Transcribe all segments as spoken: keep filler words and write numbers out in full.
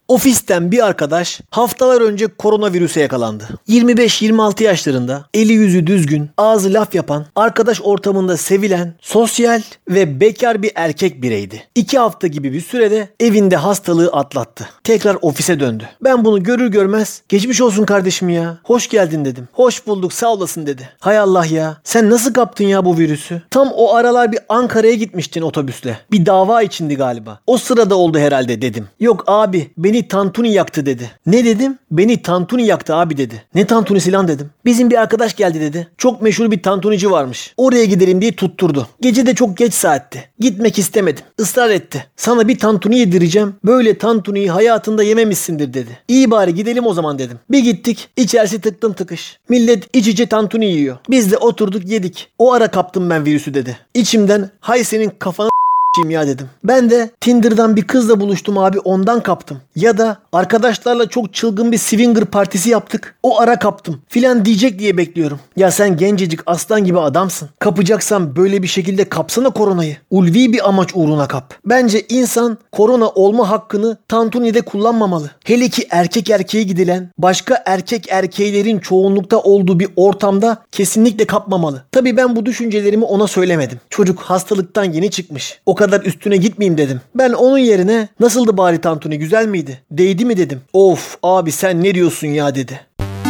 Ofisten bir arkadaş haftalar önce koronavirüse yakalandı. yirmi beş yirmi altı yaşlarında, eli yüzü düzgün, ağzı laf yapan, arkadaş ortamında sevilen, sosyal ve bekar bir erkek bireydi. İki hafta gibi bir sürede evinde hastalığı atlattı. Tekrar ofise döndü. Ben bunu görür görmez geçmiş olsun kardeşim ya, hoş geldin dedim. Hoş bulduk, sağ olasın dedi. Hay Allah ya, sen nasıl kaptın ya bu virüsü? Tam o aralar bir Ankara'ya gitmiştin otobüsle. Bir dava içindi galiba. O sırada oldu herhalde dedim. Yok abi, beni tantuni yaktı dedi. Ne dedim? Beni tantuni yaktı abi dedi. Ne tantunisi lan dedim. Bizim bir arkadaş geldi dedi. Çok meşhur bir tantunici varmış. Oraya gidelim diye tutturdu. Gece de çok geç saatti. Gitmek istemedim. Israr etti. Sana bir tantuni yedireceğim. Böyle tantuniyi hayatında yememişsindir dedi. İyi bari gidelim o zaman dedim. Bir gittik. İçerisi tıktım tıkış. Millet iç içe tantuni yiyor. Biz de oturduk yedik. O ara kaptım ben virüsü dedi. İçimden hay senin kafana ya dedim. Ben de Tinder'dan bir kızla buluştum abi, ondan kaptım. Ya da arkadaşlarla çok çılgın bir swinger partisi yaptık. O ara kaptım filan diyecek diye bekliyorum. Ya sen gencecik aslan gibi adamsın. Kapacaksan böyle bir şekilde kapsana koronayı. Ulvi bir amaç uğruna kap. Bence insan korona olma hakkını tantunide kullanmamalı. Hele ki erkek erkeğe gidilen, başka erkek erkeklerin çoğunlukta olduğu bir ortamda kesinlikle kapmamalı. Tabii ben bu düşüncelerimi ona söylemedim. Çocuk hastalıktan yeni çıkmış. O kadar üstüne gitmeyeyim dedim. Ben onun yerine nasıldı bari tantuni, güzel miydi? Değdi mi dedim. Of abi sen ne diyorsun ya dedi.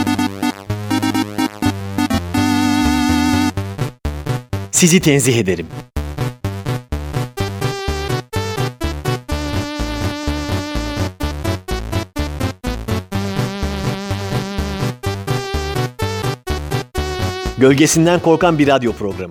Sizi tenzih ederim. Gölgesinden korkan bir radyo programı.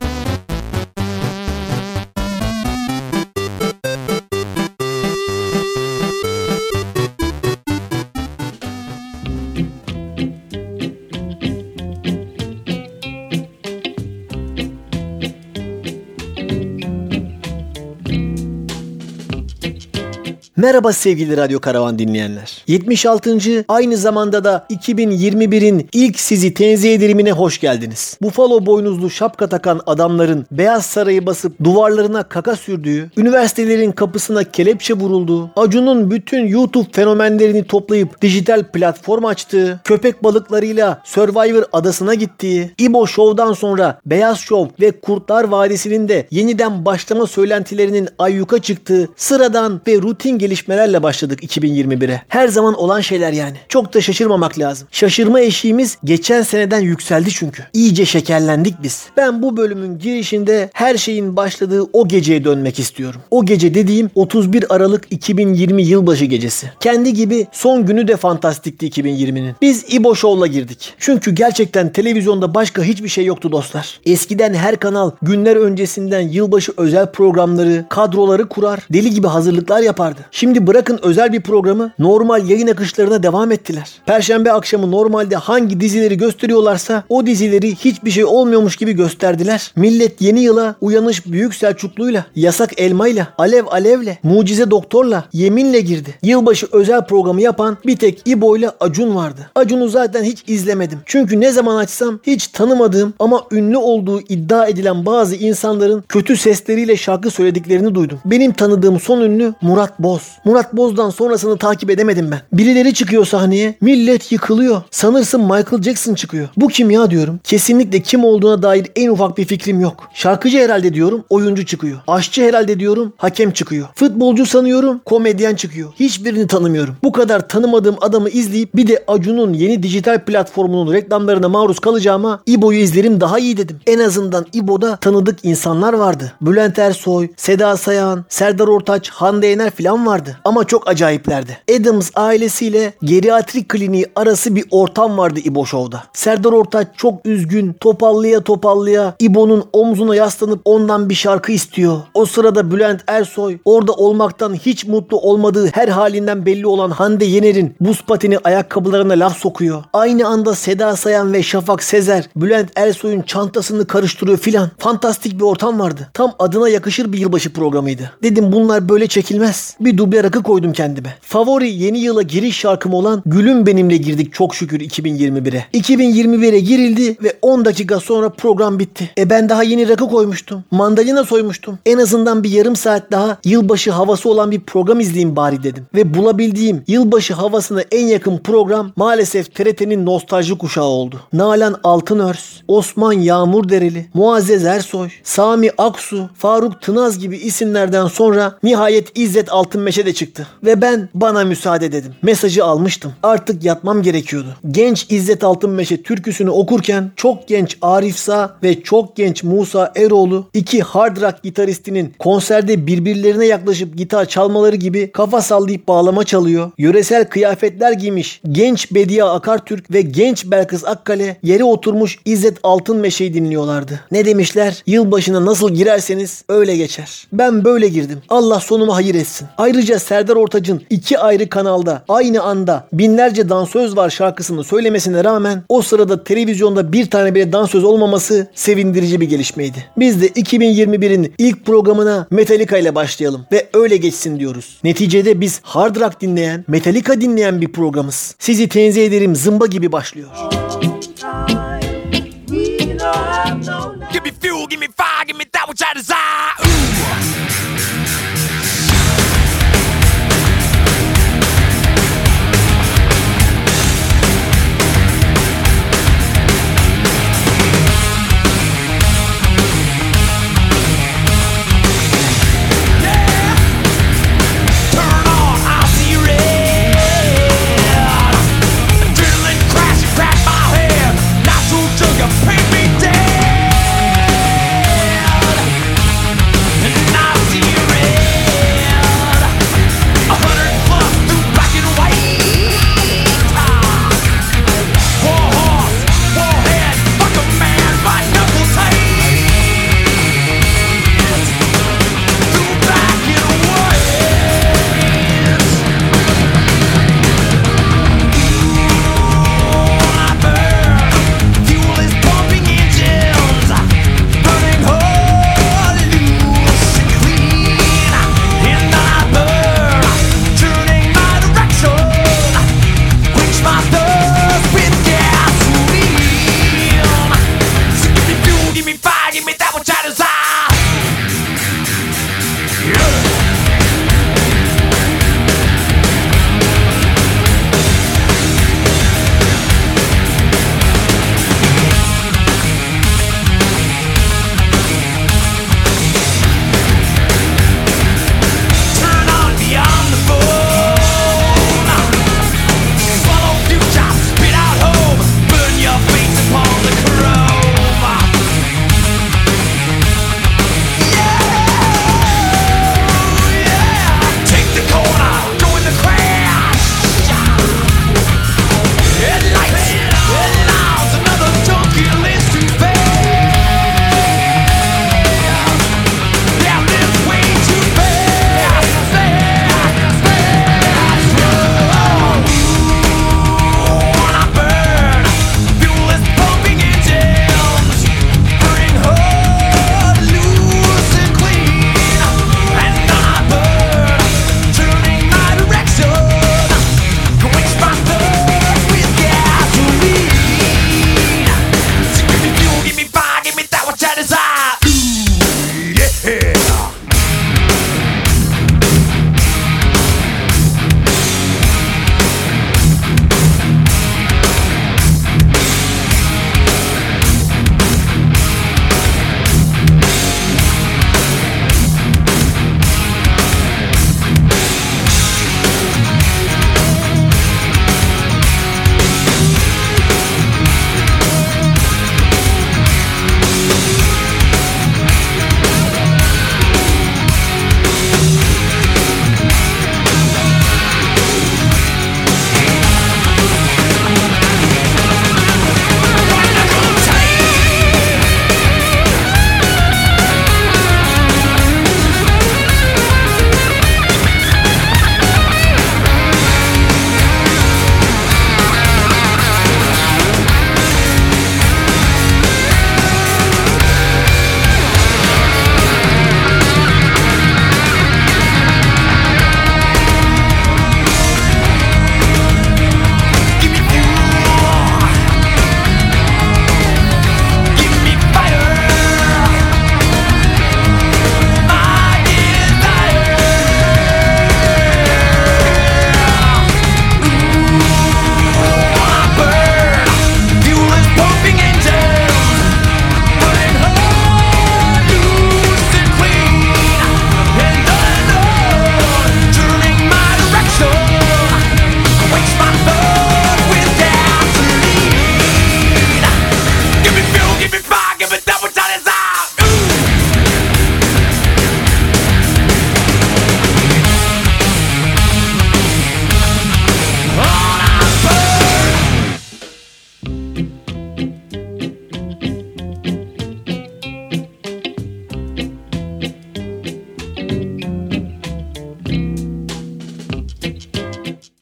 Merhaba sevgili Radyo Karavan dinleyenler. yetmiş altıncı aynı zamanda da iki bin yirmi birin ilk sizi tenzih ederimine hoş geldiniz. Bufalo boynuzlu şapka takan adamların Beyaz Sarayı basıp duvarlarına kaka sürdüğü, üniversitelerin kapısına kelepçe vurulduğu, Acun'un bütün YouTube fenomenlerini toplayıp dijital platform açtığı, köpek balıklarıyla Survivor adasına gittiği, İbo Show'dan sonra Beyaz Show ve Kurtlar Vadisi'nin de yeniden başlama söylentilerinin ayyuka çıktığı sıradan ve rutin gelişmelerle başladık iki bin yirmi bire. Her zaman olan şeyler yani. Çok da şaşırmamak lazım. Şaşırma eşiğimiz geçen seneden yükseldi çünkü. İyice şekerlendik biz. Ben bu bölümün girişinde her şeyin başladığı o geceye dönmek istiyorum. O gece dediğim otuz bir Aralık iki bin yirmi yılbaşı gecesi. Kendi gibi son günü de fantastikti iki bin yirminin. Biz İbo Show'la girdik. Çünkü gerçekten televizyonda başka hiçbir şey yoktu dostlar. Eskiden her kanal günler öncesinden yılbaşı özel programları, kadroları kurar, deli gibi hazırlıklar yapardı. Şimdi bırakın özel bir programı, normal yayın akışlarına devam ettiler. Perşembe akşamı normalde hangi dizileri gösteriyorlarsa o dizileri hiçbir şey olmuyormuş gibi gösterdiler. Millet yeni yıla Uyanış Büyük Selçuklu'yla, Yasak Elma'yla, Alev Alev'le, Mucize Doktor'la, Yemin'le girdi. Yılbaşı özel programı yapan bir tek İbo'yla Acun vardı. Acun'u zaten hiç izlemedim. Çünkü ne zaman açsam hiç tanımadığım ama ünlü olduğu iddia edilen bazı insanların kötü sesleriyle şarkı söylediklerini duydum. Benim tanıdığım son ünlü Murat Boz. Murat Boz'dan sonrasını takip edemedim ben. Birileri çıkıyor sahneye, millet yıkılıyor. Sanırsın Michael Jackson çıkıyor. Bu kim ya diyorum. Kesinlikle kim olduğuna dair en ufak bir fikrim yok. Şarkıcı herhalde diyorum, oyuncu çıkıyor. Aşçı herhalde diyorum, hakem çıkıyor. Futbolcu sanıyorum, komedyen çıkıyor. Hiçbirini tanımıyorum. Bu kadar tanımadığım adamı izleyip bir de Acun'un yeni dijital platformunun reklamlarına maruz kalacağıma İbo'yu izlerim daha iyi dedim. En azından İbo'da tanıdık insanlar vardı. Bülent Ersoy, Seda Sayan, Serdar Ortaç, Hande Yener filan vardı. Ama çok acayiplerdi. Adams ailesiyle geriatrik kliniği arası bir ortam vardı İbo Show'da. Serdar Ortaç çok üzgün, topallıya topallıya İbo'nun omzuna yaslanıp ondan bir şarkı istiyor. O sırada Bülent Ersoy orada olmaktan hiç mutlu olmadığı her halinden belli olan Hande Yener'in buz pateni ayakkabılarına laf sokuyor. Aynı anda Seda Sayan ve Şafak Sezer Bülent Ersoy'un çantasını karıştırıyor filan. Fantastik bir ortam vardı. Tam adına yakışır bir yılbaşı programıydı. Dedim bunlar böyle çekilmez. Bir duble duble rakı koydum kendime. Favori yeni yıla giriş şarkım olan Gülüm Benimle girdik çok şükür iki bin yirmi bire. iki bin yirmi bire girildi ve on dakika sonra program bitti. E ben daha yeni rakı koymuştum. Mandalina soymuştum. En azından bir yarım saat daha yılbaşı havası olan bir program izleyeyim bari dedim. Ve bulabildiğim yılbaşı havasına en yakın program maalesef T R T'nin nostalji kuşağı oldu. Nalan Altınörs, Osman Yağmurdereli, Muazzez Ersoy, Sami Aksu, Faruk Tınaz gibi isimlerden sonra nihayet İzzet Altınmeşe de çıktı. Ve ben bana müsaade dedim. Mesajı almıştım. Artık yatmam gerekiyordu. Genç İzzet Altınmeşe türküsünü okurken çok genç Arif Sağ ve çok genç Musa Eroğlu, iki hard rock gitaristinin konserde birbirlerine yaklaşıp gitar çalmaları gibi kafa sallayıp bağlama çalıyor. Yöresel kıyafetler giymiş genç Bediye Akartürk ve genç Belkıs Akkale yere oturmuş İzzet Altınmeşe'yi dinliyorlardı. Ne demişler? Yılbaşına nasıl girerseniz öyle geçer. Ben böyle girdim. Allah sonumu hayır etsin. Ayrıca Serdar Ortaç'ın iki ayrı kanalda aynı anda Binlerce Dansöz Var şarkısını söylemesine rağmen o sırada televizyonda bir tane bile dansöz olmaması sevindirici bir gelişmeydi. Biz de iki bin yirmi birin ilk programına Metallica ile başlayalım ve öyle geçsin diyoruz. Neticede biz hard rock dinleyen, Metallica dinleyen bir programız. Sizi tenzih ederim zımba gibi başlıyor. Give me fuel, give me fire, give me that which I desire. Ooh.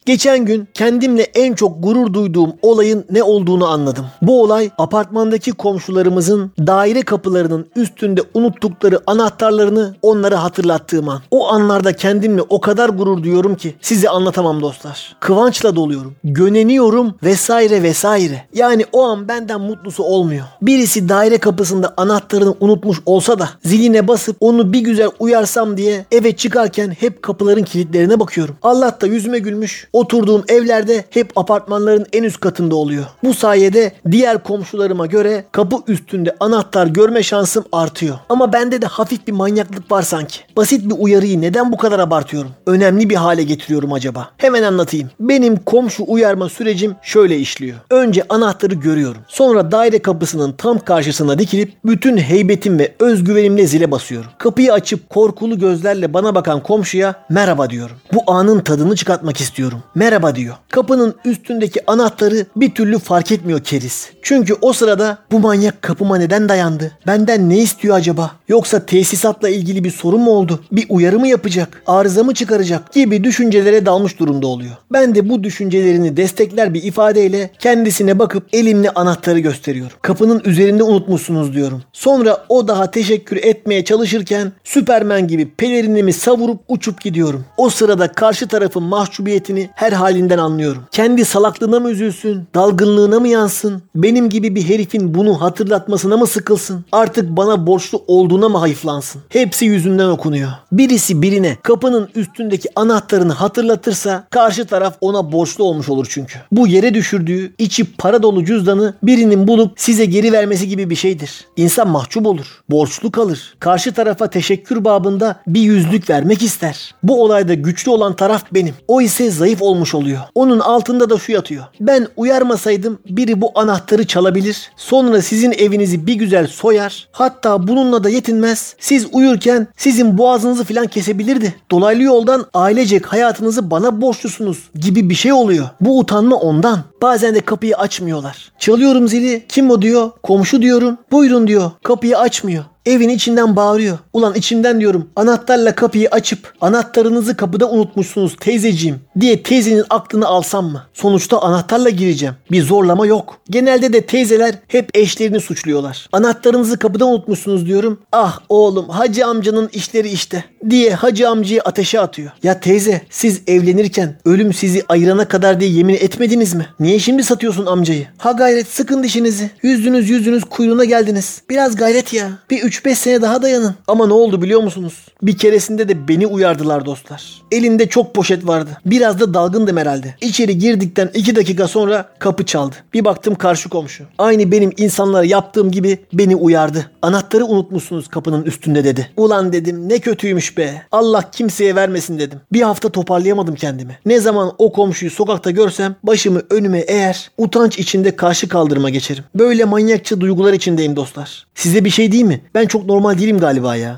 Geçen gün kendimle en çok gurur duyduğum olayın ne olduğunu anladım. Bu olay apartmandaki komşularımızın daire kapılarının üstünde unuttukları anahtarlarını onlara hatırlattığım an. O anlarda kendimle o kadar gurur duyuyorum ki size anlatamam dostlar. Kıvançla doluyorum, göneniyorum vesaire vesaire. Yani o an benden mutlusu olmuyor. Birisi daire kapısında anahtarını unutmuş olsa da ziline basıp onu bir güzel uyarsam diye eve çıkarken hep kapıların kilitlerine bakıyorum. Allah da yüzüme gülmüş. Oturduğum evlerde hep apartmanların en üst katında oluyor. Bu sayede diğer komşularıma göre kapı üstünde anahtar görme şansım artıyor. Ama bende de hafif bir manyaklık var sanki. Basit bir uyarıyı neden bu kadar abartıyorum? Önemli bir hale getiriyorum acaba? Hemen anlatayım. Benim komşu uyarma sürecim şöyle işliyor. Önce anahtarı görüyorum. Sonra daire kapısının tam karşısına dikilip bütün heybetim ve özgüvenimle zile basıyorum. Kapıyı açıp korkulu gözlerle bana bakan komşuya merhaba diyorum. Bu anın tadını çıkartmak istiyorum. Merhaba diyor. Kapının üstündeki anahtarı bir türlü fark etmiyor keriz. Çünkü o sırada bu manyak kapıma neden dayandı? Benden ne istiyor acaba? Yoksa tesisatla ilgili bir sorun mu oldu? Bir uyarı mı yapacak? Arıza mı çıkaracak? Gibi düşüncelere dalmış durumda oluyor. Ben de bu düşüncelerini destekler bir ifadeyle kendisine bakıp elimle anahtarı gösteriyorum. Kapının üzerinde unutmuşsunuz diyorum. Sonra o daha teşekkür etmeye çalışırken Süpermen gibi pelerinimi savurup uçup gidiyorum. O sırada karşı tarafın mahcubiyetini her halinden anlıyorum. Kendi salaklığına mı üzülsün? Dalgınlığına mı yansın? Benim gibi bir herifin bunu hatırlatmasına mı sıkılsın? Artık bana borçlu olduğuna mı hayıflansın? Hepsi yüzünden okunuyor. Birisi birine kapının üstündeki anahtarını hatırlatırsa karşı taraf ona borçlu olmuş olur çünkü. Bu yere düşürdüğü içi para dolu cüzdanı birinin bulup size geri vermesi gibi bir şeydir. İnsan mahcup olur. Borçlu kalır. Karşı tarafa teşekkür babında bir yüzlük vermek ister. Bu olayda güçlü olan taraf benim. O ise zayıf olmuş oluyor. Onun altında da şu yatıyor. Ben uyarmasaydım biri bu anahtarı çalabilir. Sonra sizin evinizi bir güzel soyar. Hatta bununla da yetinmez. Siz uyurken sizin boğazınızı filan kesebilirdi. Dolaylı yoldan ailecek hayatınızı bana borçlusunuz gibi bir şey oluyor. Bu utanma ondan. Bazen de kapıyı açmıyorlar. Çalıyorum zili. Kim o diyor. Komşu diyorum. Buyurun diyor. Kapıyı açmıyor. Evin içinden bağırıyor. Ulan içimden diyorum anahtarla kapıyı açıp anahtarınızı kapıda unutmuşsunuz teyzeciğim diye teyzenin aklını alsam mı? Sonuçta anahtarla gireceğim. Bir zorlama yok. Genelde de teyzeler hep eşlerini suçluyorlar. Anahtarınızı kapıda unutmuşsunuz diyorum. Ah oğlum hacı amcanın işleri işte diye hacı amcayı ateşe atıyor. Ya teyze siz evlenirken ölüm sizi ayırana kadar diye yemin etmediniz mi? Niye şimdi satıyorsun amcayı? Ha gayret sıkın dişinizi. Yüzünüz yüzünüz kuyruğuna geldiniz. Biraz gayret ya. Bir üç beş sene daha dayanın. Ama ne oldu biliyor musunuz? Bir keresinde de beni uyardılar dostlar. Elinde çok poşet vardı. Biraz da dalgındım herhalde. İçeri girdikten iki dakika sonra kapı çaldı. Bir baktım karşı komşu. Aynı benim insanlara yaptığım gibi beni uyardı. Anahtarı unutmuşsunuz kapının üstünde dedi. Ulan dedim ne kötüymüş be. Allah kimseye vermesin dedim. Bir hafta toparlayamadım kendimi. Ne zaman o komşuyu sokakta görsem başımı önüme eğer utanç içinde karşı kaldırıma geçerim. Böyle manyakça duygular içindeyim dostlar. Size bir şey değil mi? Ben çok normal değilim galiba ya.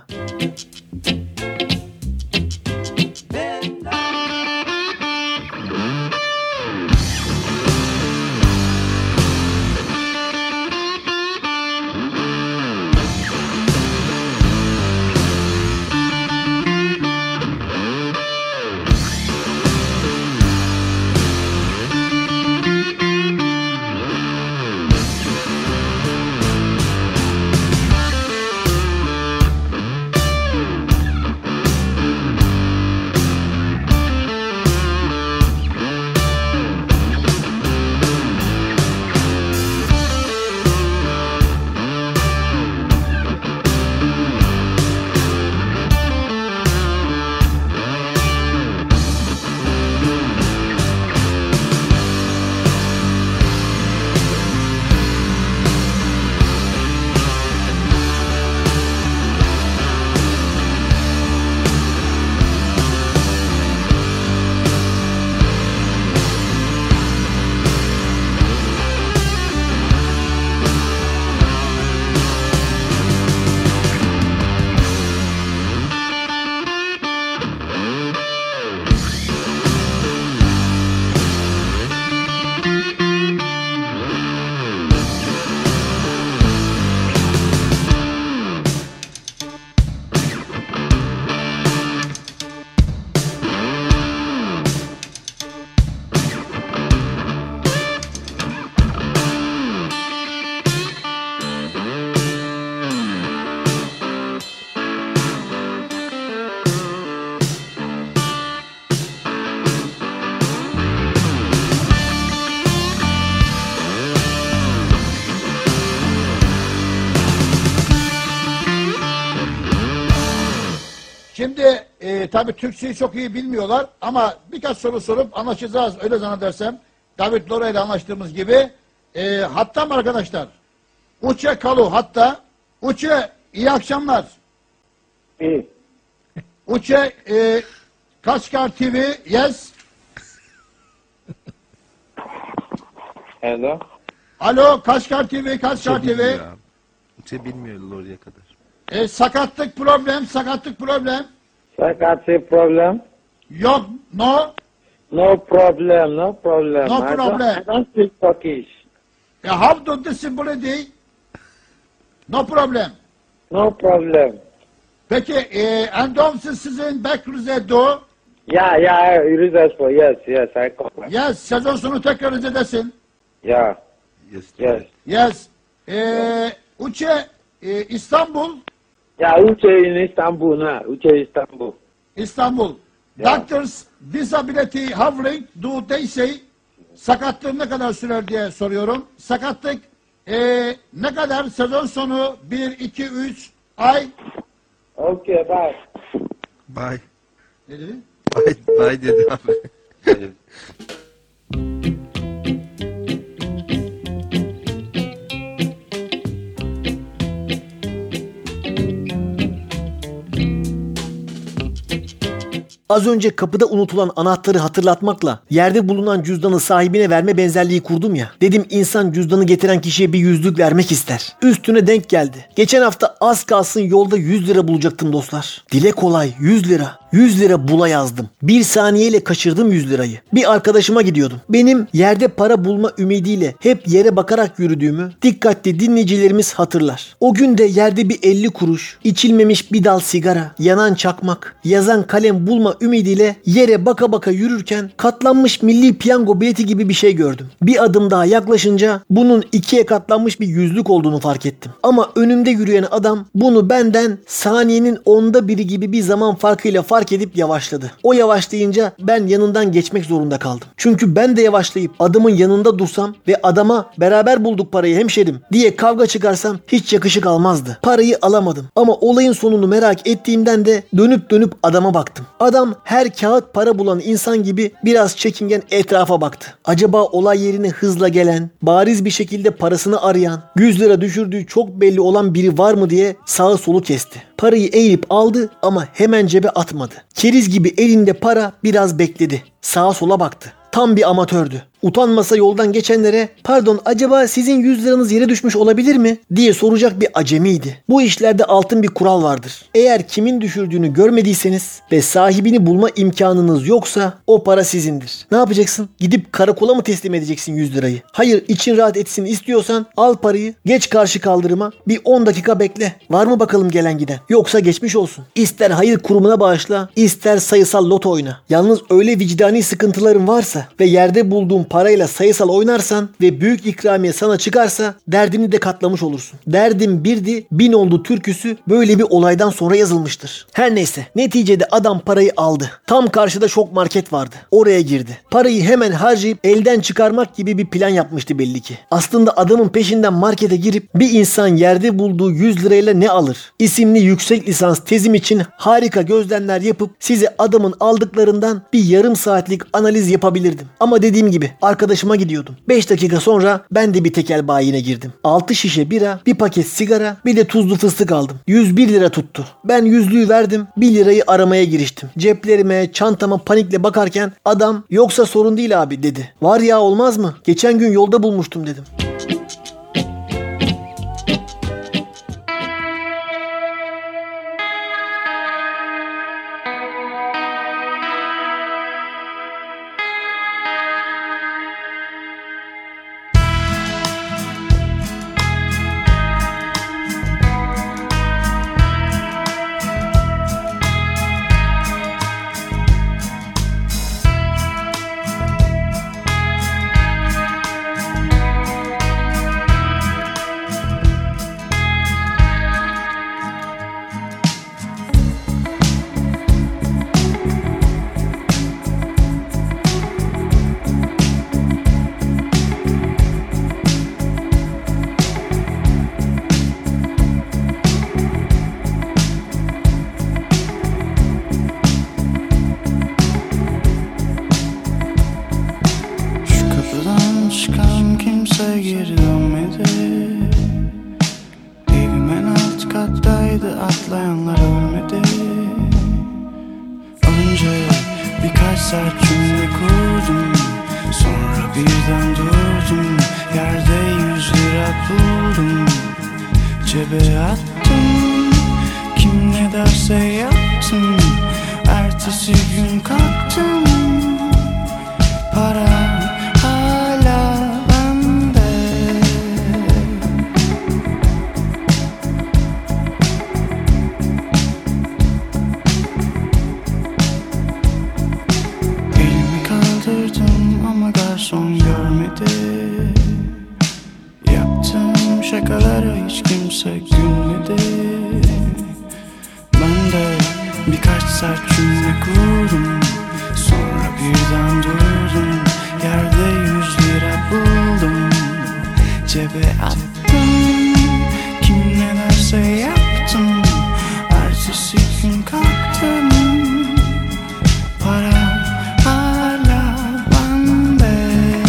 Şimdi e, tabii Türkçeyi çok iyi bilmiyorlar ama birkaç soru sorup anlaşacağız öyle zannedersem. David Lora ile anlaştığımız gibi. E, hatta mı arkadaşlar? Uçe Kalu hatta. Uçe iyi akşamlar. İyi. Uçe e, Kaşgar T V yes. Hello. Alo Kaşgar T V Kaşgar T V. Uçe bilmiyor oraya kadar. E, sakatlık problem sakatlık problem. Sakatlık problem. Yok no. No problem, no problem. No I don't- problem. I don't speak Turkish. E, how do disability? No problem. No problem. Peki e, endom sizin Bekrize do. Yeah, yeah, Rizespor. Yes, yes, I come. Yes sezon sonu tekrar Rize'desin. Yeah, Yes. yes. Yes. E, Uçe e, İstanbul. Yeah, Uche in Istanbul now. Uche Istanbul. İstanbul. Ya. Doctors disability how long do they say? Sakatlığı ne kadar sürer diye soruyorum. Sakatlık e, ne kadar sezon sonu bir, iki, üç ay? Okay, bye. Bye. Ne dedi? Bye, bye dedi abi. Az önce kapıda unutulan anahtarı hatırlatmakla yerde bulunan cüzdanı sahibine verme benzerliği kurdum ya. Dedim insan cüzdanı getiren kişiye bir yüzlük vermek ister. Üstüne denk geldi. Geçen hafta az kalsın yolda yüz lira bulacaktım dostlar. Dile kolay yüz lira. yüz lira bula yazdım. Bir saniyeyle kaçırdım yüz lirayı. Bir arkadaşıma gidiyordum. Benim yerde para bulma ümidiyle hep yere bakarak yürüdüğümü dikkatli dinleyicilerimiz hatırlar. O gün de yerde bir elli kuruş, içilmemiş bir dal sigara, yanan çakmak, yazan kalem bulma ümidiyle yere baka baka yürürken katlanmış milli piyango bileti gibi bir şey gördüm. Bir adım daha yaklaşınca bunun ikiye katlanmış bir yüzlük olduğunu fark ettim. Ama önümde yürüyen adam bunu benden saniyenin onda biri gibi bir zaman farkıyla fark edip yavaşladı. O yavaşlayınca ben yanından geçmek zorunda kaldım. Çünkü ben de yavaşlayıp adamın yanında dursam ve adama beraber bulduk parayı hemşerim diye kavga çıkarsam hiç yakışık almazdı. Parayı alamadım ama olayın sonunu merak ettiğimden de dönüp dönüp adama baktım. Adam her kağıt para bulan insan gibi biraz çekingen etrafa baktı. Acaba olay yerine hızla gelen, bariz bir şekilde parasını arayan, yüz lira düşürdüğü çok belli olan biri var mı diye sağı solu kesti. Parayı eğilip aldı ama hemen cebe atmadı. Keriz gibi elinde para biraz bekledi. Sağa sola baktı. Tam bir amatördü. Utanmasa yoldan geçenlere pardon acaba sizin yüz liranız yere düşmüş olabilir mi diye soracak bir acemiydi. Bu işlerde altın bir kural vardır. Eğer kimin düşürdüğünü görmediyseniz ve sahibini bulma imkanınız yoksa o para sizindir. Ne yapacaksın? Gidip karakola mı teslim edeceksin yüz lirayı? Hayır, için rahat etsin istiyorsan al parayı, geç karşı kaldırıma, bir on dakika bekle. Var mı bakalım gelen giden? Yoksa geçmiş olsun. İster hayır kurumuna bağışla, ister sayısal loto oyna. Yalnız öyle vicdani sıkıntıların varsa ve yerde bulduğun parayla sayısal oynarsan ve büyük ikramiye sana çıkarsa derdini de katlamış olursun. Derdim birdi, bin oldu türküsü böyle bir olaydan sonra yazılmıştır. Her neyse, neticede adam parayı aldı. Tam karşıda şok market vardı. Oraya girdi. Parayı hemen harcayıp elden çıkarmak gibi bir plan yapmıştı belli ki. Aslında adamın peşinden markete girip bir insan yerde bulduğu yüz lirayla ne alır? İsimli yüksek lisans tezim için harika gözlemler yapıp size adamın aldıklarından bir yarım saatlik analiz yapabilirdim. Ama dediğim gibi arkadaşıma gidiyordum. beş dakika sonra ben de bir tekel bayine girdim. altı şişe bira, bir paket sigara, bir de tuzlu fıstık aldım. yüz bir lira tuttu. Ben yüzlüğü verdim, bir lirayı aramaya giriştim. Ceplerime, çantama panikle bakarken adam yoksa sorun değil abi dedi. Var ya olmaz mı? Geçen gün yolda bulmuştum dedim. kimse geri dönmedi. Evim en alt kattaydı, atlayanlar ölmedi. Önce birkaç saat cümle kurdum, sonra birden durdum. Yerde yüz lira buldum, cebe attım. Kim ne derse yaptım. Ertesi gün kalktım, para hala bende. Elimi kaldırdım ama garson görmedi. Yaptığım şakalara hiç kimse gülmedi. Ben de birkaç saat cümle kurdum, sonra birden durdum. Yerde yüz lira buldum, cebe attım. Kim ne derse yaptım. Ertesi gün kalktım, para hala bende.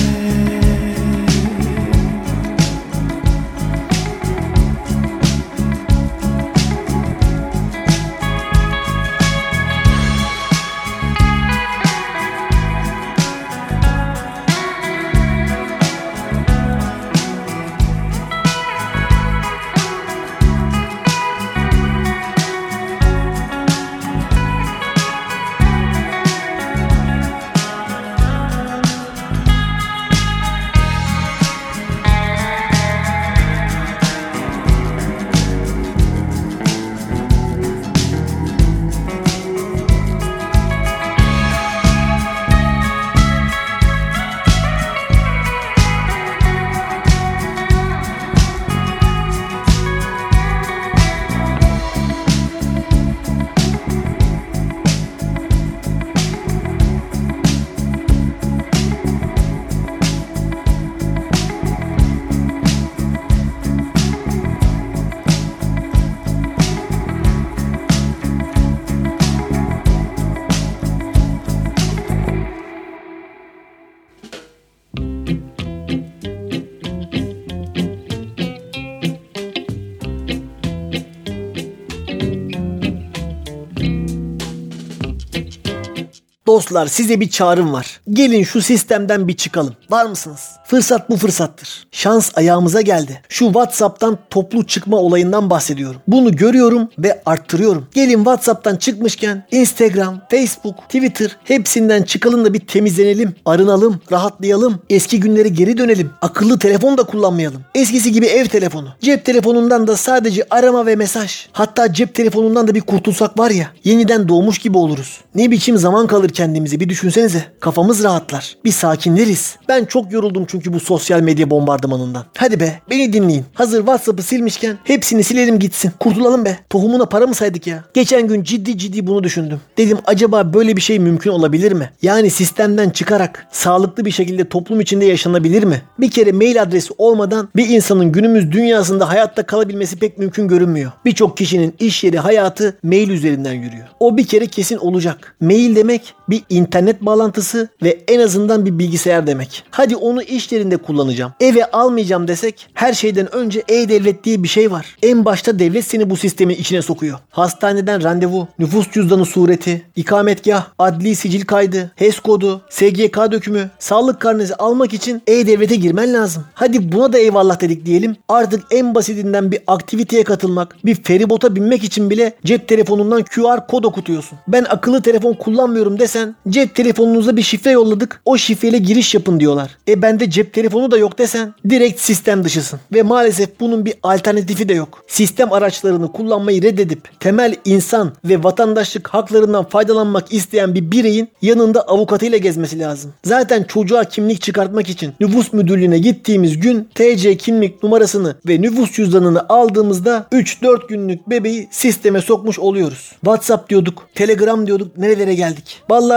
Dostlar, size bir çağrım var. Gelin şu sistemden bir çıkalım. Var mısınız? Fırsat bu fırsattır. Şans ayağımıza geldi. Şu WhatsApp'tan toplu çıkma olayından bahsediyorum. Bunu görüyorum ve arttırıyorum. Gelin WhatsApp'tan çıkmışken Instagram, Facebook, Twitter hepsinden çıkalım da bir temizlenelim, arınalım, rahatlayalım. Eski günlere geri dönelim. Akıllı telefon da kullanmayalım. Eskisi gibi ev telefonu. Cep telefonundan da sadece arama ve mesaj. Hatta cep telefonundan da bir kurtulsak var ya, yeniden doğmuş gibi oluruz. Ne biçim zaman kalır kendimizi bir düşünsenize. Kafamız rahatlar. Bir sakinleriz. Ben çok yoruldum çünkü bu sosyal medya bombardımanından. Hadi be, beni dinleyin. Hazır WhatsApp'ı silmişken hepsini silelim gitsin. Kurtulalım be. Tohumuna para mı saydık ya? Geçen gün ciddi ciddi bunu düşündüm. Dedim acaba böyle bir şey mümkün olabilir mi? Yani sistemden çıkarak sağlıklı bir şekilde toplum içinde yaşanabilir mi? Bir kere mail adresi olmadan bir insanın günümüz dünyasında hayatta kalabilmesi pek mümkün görünmüyor. Birçok kişinin iş yeri hayatı mail üzerinden yürüyor. O bir kere kesin olacak. Mail demek bir internet bağlantısı ve en azından bir bilgisayar demek. Hadi onu iş yerinde kullanacağım, eve almayacağım desek, her şeyden önce E-Devlet diye bir şey var. En başta devlet seni bu sistemin içine sokuyor. Hastaneden randevu, nüfus cüzdanı sureti, ikametgah, adli sicil kaydı, H E S kodu, S G K dökümü, sağlık karnesi almak için E-Devlet'e girmen lazım. Hadi buna da eyvallah dedik diyelim. Artık en basitinden bir aktiviteye katılmak, bir feribota binmek için bile cep telefonundan Q R kod okutuyorsun. Ben akıllı telefon kullanmıyorum desen, cep telefonunuza bir şifre yolladık, o şifreyle giriş yapın diyorlar. E bende cep telefonu da yok desen, direkt sistem dışısın. Ve maalesef bunun bir alternatifi de yok. Sistem araçlarını kullanmayı reddedip temel insan ve vatandaşlık haklarından faydalanmak isteyen bir bireyin yanında avukatıyla gezmesi lazım. Zaten çocuğa kimlik çıkartmak için nüfus müdürlüğüne gittiğimiz gün T C kimlik numarasını ve nüfus cüzdanını aldığımızda üç dört günlük bebeği sisteme sokmuş oluyoruz. WhatsApp diyorduk, Telegram diyorduk, nerelere geldik? Vallahi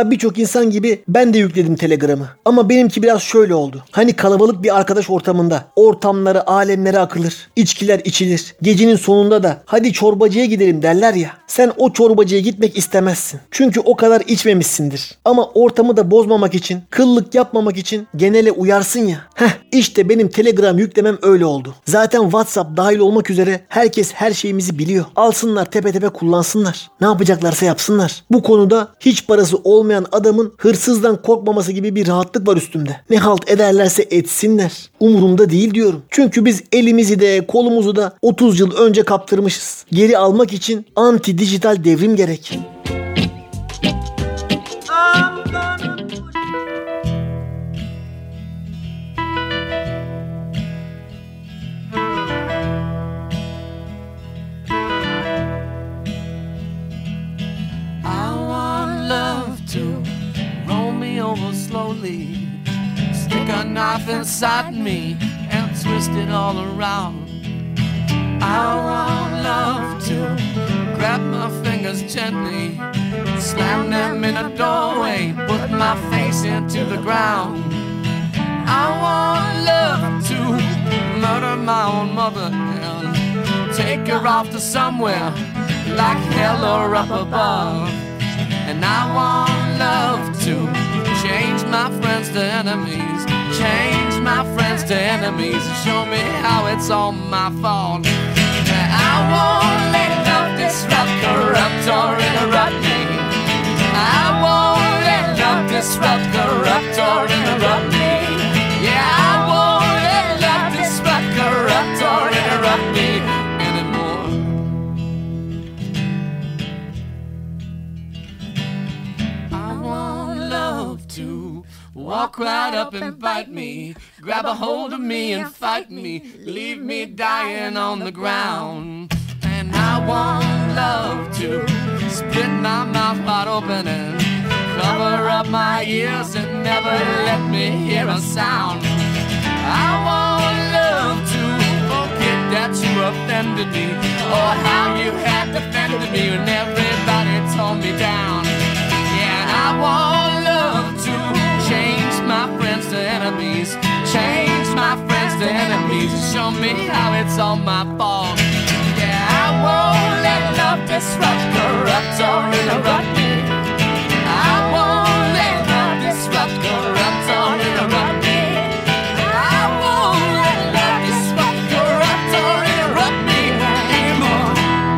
Vallahi birçok insan gibi ben de yükledim Telegram'ı. Ama benimki biraz şöyle oldu. Hani kalabalık bir arkadaş ortamında ortamlara, alemlere akılır. İçkiler içilir. Gecenin sonunda da hadi çorbacıya gidelim derler ya. Sen o çorbacıya gitmek istemezsin. Çünkü o kadar içmemişsindir. Ama ortamı da bozmamak için, kıllık yapmamak için genele uyarsın ya. Heh, işte benim Telegram yüklemem öyle oldu. Zaten WhatsApp dahil olmak üzere herkes her şeyimizi biliyor. Alsınlar tepe tepe kullansınlar. Ne yapacaklarsa yapsınlar. Bu konuda hiç parası olmayan adamın hırsızdan korkmaması gibi bir rahatlık var üstümde. Ne halt ederlerse etsinler. Umurumda değil diyorum. Çünkü biz elimizi de kolumuzu da otuz yıl önce kaptırmışız. Geri almak için anti dijital devrim gerek. Slowly stick a knife inside me and twist it all around. I want love to grab my fingers gently, slam them in a doorway, put my face into the ground. I want love to murder my own mother and take her off to somewhere like hell or up above. And I want love to change my friends to enemies, change my friends to enemies, show me how it's all my fault. I won't let love disrupt, corrupt or interrupt me. I won't let love disrupt, corrupt or interrupt me. Yeah, I won't let love disrupt, corrupt or interrupt me anymore. I want love to walk right up and bite me, grab a hold of me and fight me, leave me dying on the ground. And I want love to split my mouth wide open and cover up my ears and never let me hear a sound. I want love to forget that you offended me, or how you had defended me when everybody tore me down. Yeah, and I want love to change my friends to enemies, change my friends to enemies, show me how it's all my fault. Yeah, I won't let love disrupt, corrupt or interrupt me. I won't let love disrupt, corrupt or interrupt me. I won't let love disrupt, corrupt or interrupt me anymore.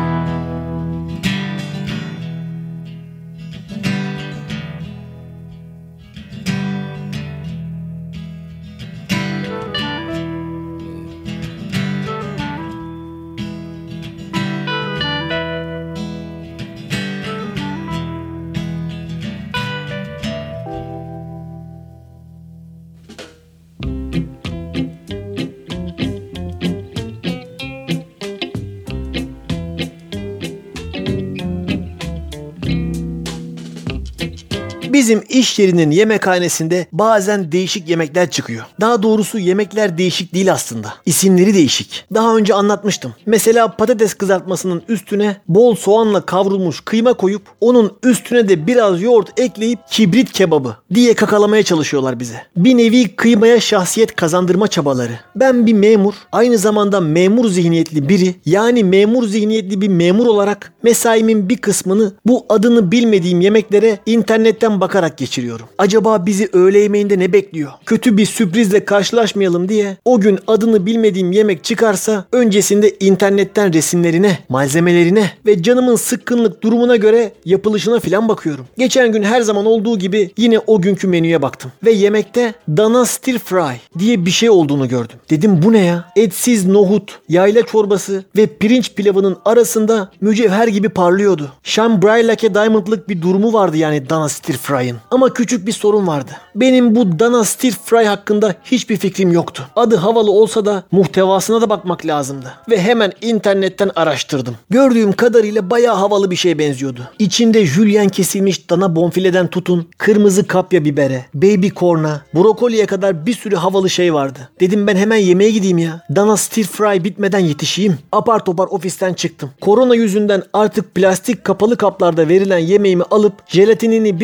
Bizim iş yerinin yemekhanesinde bazen değişik yemekler çıkıyor. Daha doğrusu yemekler değişik değil aslında. İsimleri değişik. Daha önce anlatmıştım. Mesela patates kızartmasının üstüne bol soğanla kavrulmuş kıyma koyup onun üstüne de biraz yoğurt ekleyip kibrit kebabı diye kakalamaya çalışıyorlar bize. Bir nevi kıymaya şahsiyet kazandırma çabaları. Ben bir memur, aynı zamanda memur zihniyetli biri, yani memur zihniyetli bir memur olarak mesaimin bir kısmını bu adını bilmediğim yemeklere internetten bakarak geçiriyorum. Acaba bizi öğle yemeğinde ne bekliyor? Kötü bir sürprizle karşılaşmayalım diye o gün adını bilmediğim yemek çıkarsa öncesinde internetten resimlerine, malzemelerine ve canımın sıkkınlık durumuna göre yapılışına filan bakıyorum. Geçen gün her zaman olduğu gibi yine o günkü menüye baktım ve yemekte dana stir fry diye bir şey olduğunu gördüm. Dedim bu ne ya? Etsiz nohut, yayla çorbası ve pirinç pilavının arasında mücevher gibi parlıyordu. Shine bright like a diamond'lık bir durumu vardı yani dana stir fry'ın. Ama küçük bir sorun vardı. Benim bu dana stir fry hakkında hiçbir fikrim yoktu. Adı havalı olsa da muhtevasına da bakmak lazımdı. Ve hemen internetten araştırdım. Gördüğüm kadarıyla bayağı havalı bir şeye benziyordu. İçinde jülyen kesilmiş dana bonfileden tutun, kırmızı kapya bibere, baby corn'a, brokoliye kadar bir sürü havalı şey vardı. Dedim ben hemen yemeğe gideyim ya. Dana stir fry bitmeden yetişeyim. Apar topar ofisten çıktım. Korona yüzünden artık plastik kapalı kaplarda verilen yemeğimi alıp jelatinini bir açtım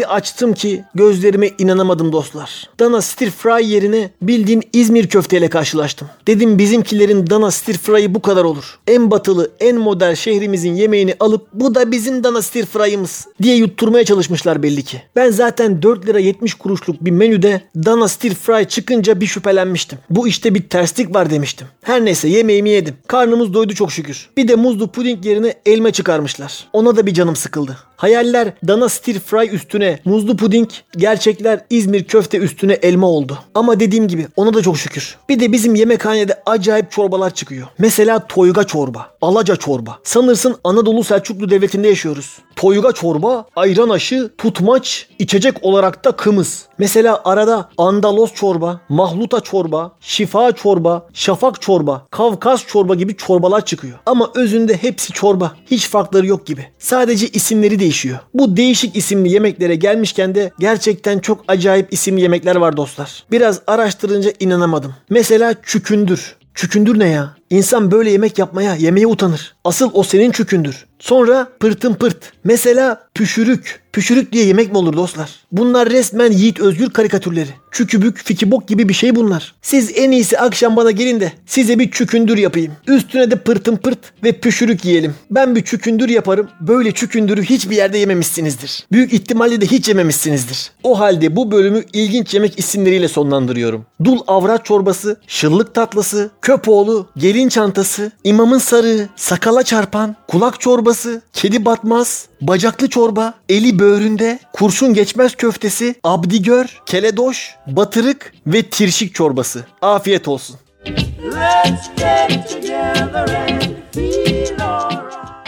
İnanın ki gözlerime inanamadım dostlar. Dana stir fry yerine bildiğin İzmir köfteyle karşılaştım. Dedim bizimkilerin dana stir fry'ı bu kadar olur. En batılı, en modern şehrimizin yemeğini alıp bu da bizim dana stir fry'ımız diye yutturmaya çalışmışlar belli ki. Ben zaten dört lira yetmiş kuruşluk bir menüde dana stir fry çıkınca bir şüphelenmiştim. Bu işte bir terslik var demiştim. Her neyse yemeğimi yedim. Karnımız doydu çok şükür. Bir de muzlu puding yerine elma çıkarmışlar. Ona da bir canım sıkıldı. Hayaller dana stir fry üstüne muzlu puding, gerçekler İzmir köfte üstüne elma oldu. Ama dediğim gibi ona da çok şükür. Bir de bizim yemekhanede acayip çorbalar çıkıyor. Mesela toyga çorba, alaca çorba. Sanırsın Anadolu Selçuklu Devleti'nde yaşıyoruz. Toyga çorba, ayran aşı, tutmaç, içecek olarak da kımız. Mesela arada Andalos çorba, mahluta çorba, şifa çorba, şafak çorba, Kavkaz çorba gibi çorbalar çıkıyor. Ama özünde hepsi çorba. Hiç farkları yok gibi. Sadece isimleri değişiyor. Bu değişik isimli yemeklere gelmişken de gerçekten çok acayip isimli yemekler var dostlar. Biraz araştırınca inanamadım. Mesela çükündür. Çükündür ne ya? İnsan böyle yemek yapmaya, yemeye utanır. Asıl o senin çükündür. Sonra pırtın pırt. Mesela püşürük. Püşürük diye yemek mi olur dostlar? Bunlar resmen Yiğit Özgür karikatürleri. Çükübük, fikibok gibi bir şey bunlar. Siz en iyisi akşam bana gelin de size bir çükündür yapayım. Üstüne de pırtın pırt ve püşürük yiyelim. Ben bir çükündür yaparım. Böyle çükündürü hiçbir yerde yememişsinizdir. Büyük ihtimalle de hiç yememişsinizdir. O halde bu bölümü ilginç yemek isimleriyle sonlandırıyorum. Dul avrat çorbası, şıllık tatlısı, köpoğlu, gelin çantası, imamın sarığı, sakala çarpan, kulak çorbası, kedi batmaz, bacaklı çorba, eli böğründe, kurşun geçmez köftesi, abdigör, keledoş, batırık ve tirşik çorbası. Afiyet olsun. Let's get together and feel alright.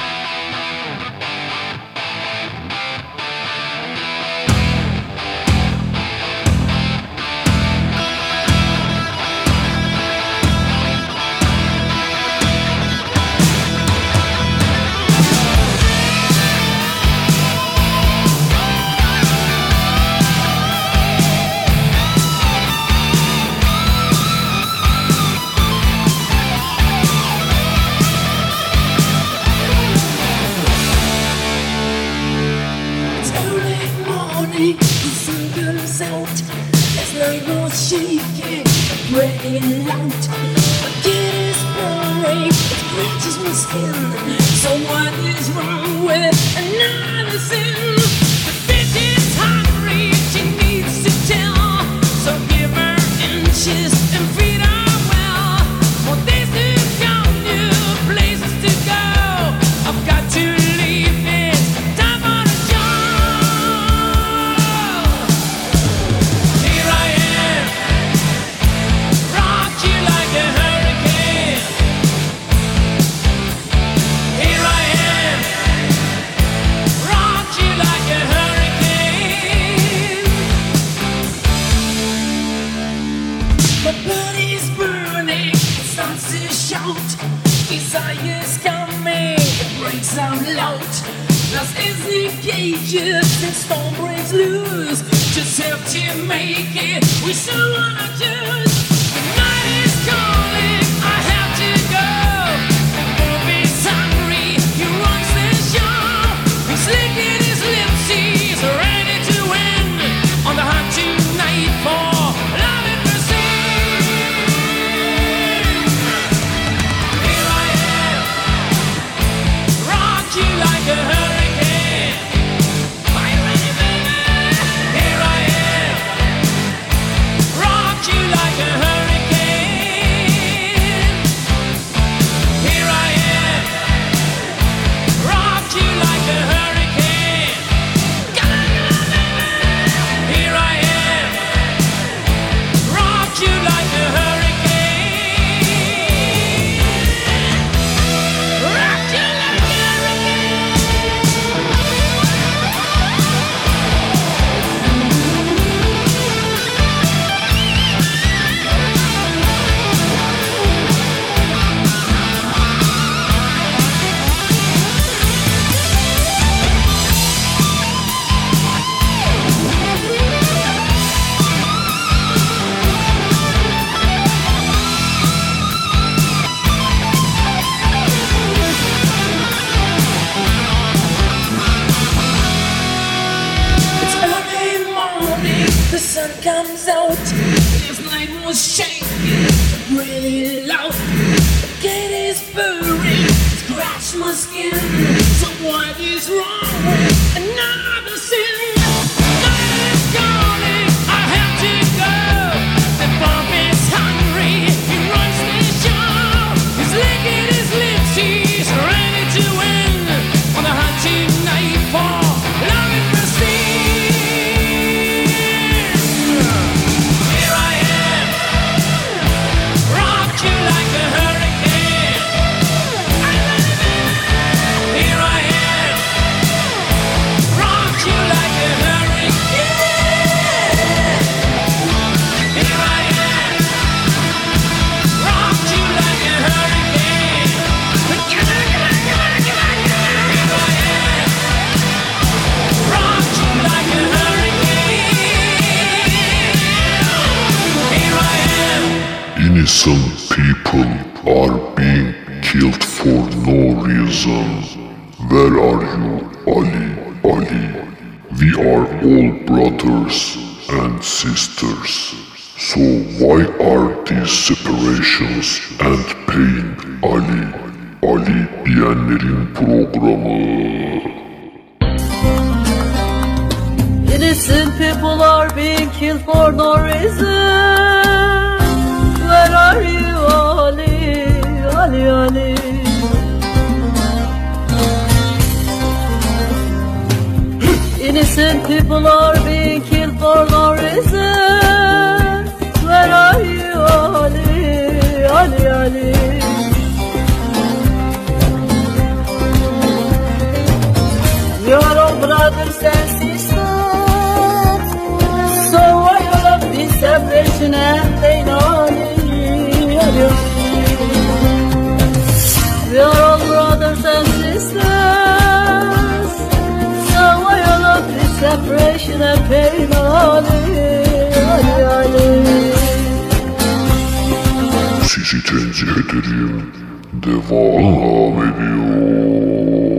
Breaking out, get his brain, it bleaches my skin. So what is wrong with another sin? The bitch is hungry, she needs to tell. So give her inches and feed her well. More days to come, new places to go. I've got to leave this time for the show. Here I am. Rock you like a hurricane. Here I am. Rock you like a hurricane. My body's burning, it starts to shout. Desire's coming, it breaks out loud. Lost is the cages, and storm breaks loose. Just have to make it, we still wanna choose. The night is calling, I have to go. Bobby's hungry, he runs the show. He's licking his lips, he's ready to win. On the hunt tonight for love and mercy. Here I am, rock you like a hurricane. Are you ready, baby? Here I am, rock you shake really loud. Get his furry, scratch my skin. So what is wrong? Another sin. Night is calling, I have to go. The bomb is hungry, he runs the show. He's licking his lips, he's ready to win. On the hunting night for love and prestige. Here I am, rock you like a hurricane. Here I am, rock you like a hurricane. Here I am, rock you like a hurricane. Here I am, rock you like a hurricane. Here I am. Innocent people are being killed for no reason. Where are you, Ali, Ali? We are all brothers and sisters. So why are these separations and pain, Ali? Ali diyenlerin programı. Innocent people are being killed for no reason. Where are you, Ali, Ali, Ali? Innocent people are being killed for no reason. Where are you, Ali, Ali, Ali? We are all brothers and sisters. So why all of this separation and pain, Ali, Ali, Ali? We are all brothers and sisters. So why all of this separation and pain, Ali, Ali, Ali? Sizi tenzih ederim. Devam ediyor.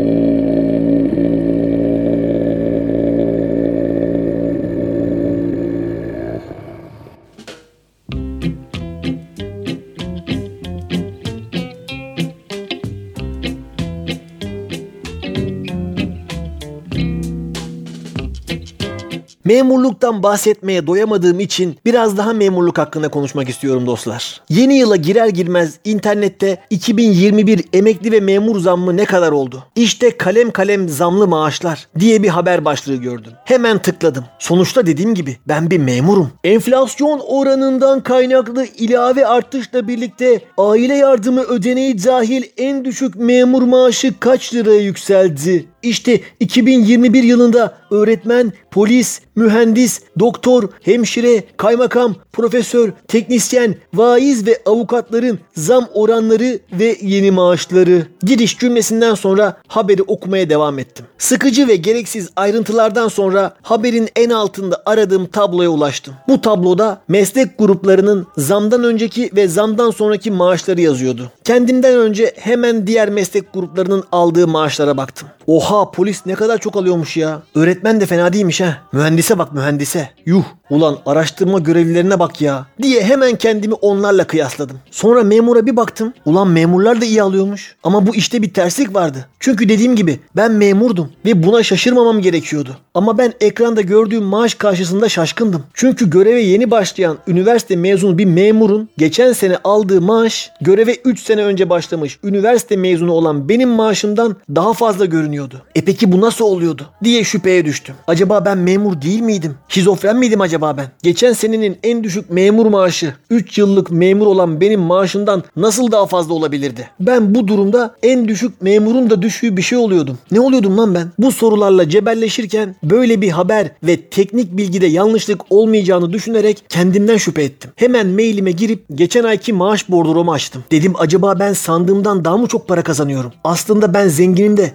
Memurluktan bahsetmeye doyamadığım için biraz daha memurluk hakkında konuşmak istiyorum dostlar. Yeni yıla girer girmez internette iki bin yirmi bir emekli ve memur zammı ne kadar oldu? İşte kalem kalem zamlı maaşlar diye bir haber başlığı gördüm. Hemen tıkladım. Sonuçta dediğim gibi ben bir memurum. Enflasyon oranından kaynaklı ilave artışla birlikte aile yardımı ödeneği dahil en düşük memur maaşı kaç liraya yükseldi? İşte iki bin yirmi bir yılında öğretmen, polis, mühendis, doktor, hemşire, kaymakam, profesör, teknisyen, vaiz ve avukatların zam oranları ve yeni maaşları. Giriş cümlesinden sonra haberi okumaya devam ettim. Sıkıcı ve gereksiz ayrıntılardan sonra haberin en altında aradığım tabloya ulaştım. Bu tabloda meslek gruplarının zamdan önceki ve zamdan sonraki maaşları yazıyordu. Kendimden önce hemen diğer meslek gruplarının aldığı maaşlara baktım. Oha, polis ne kadar çok alıyormuş ya. Öğretmen de fena değilmiş ha. Mühendise bak, mühendise. Yuh, ulan araştırma görevlilerine bak ya diye hemen kendimi onlarla kıyasladım. Sonra memura bir baktım. Ulan memurlar da iyi alıyormuş. Ama bu işte bir terslik vardı. Çünkü dediğim gibi ben memurdum ve buna şaşırmamam gerekiyordu. Ama ben ekranda gördüğüm maaş karşısında şaşkındım. Çünkü göreve yeni başlayan üniversite mezunu bir memurun geçen sene aldığı maaş göreve üç sene önce başlamış üniversite mezunu olan benim maaşımdan daha fazla görünüyordu. E peki bu nasıl oluyordu diye şüpheye düştüm. Acaba ben memur değil miydim? Şizofren miydim acaba ben? Geçen senenin en düşük memur maaşı üç yıllık memur olan benim maaşımdan nasıl daha fazla olabilirdi? Ben bu durumda en düşük memurun da düşüğü bir şey oluyordum. Ne oluyordum lan ben? Bu sorularla cebelleşirken böyle bir haber ve teknik bilgide yanlışlık olmayacağını düşünerek kendimden şüphe ettim. Hemen mailime girip geçen ayki maaş bordromu açtım. Dedim acaba ben sandığımdan daha mı çok para kazanıyorum? Aslında ben zenginim de haberim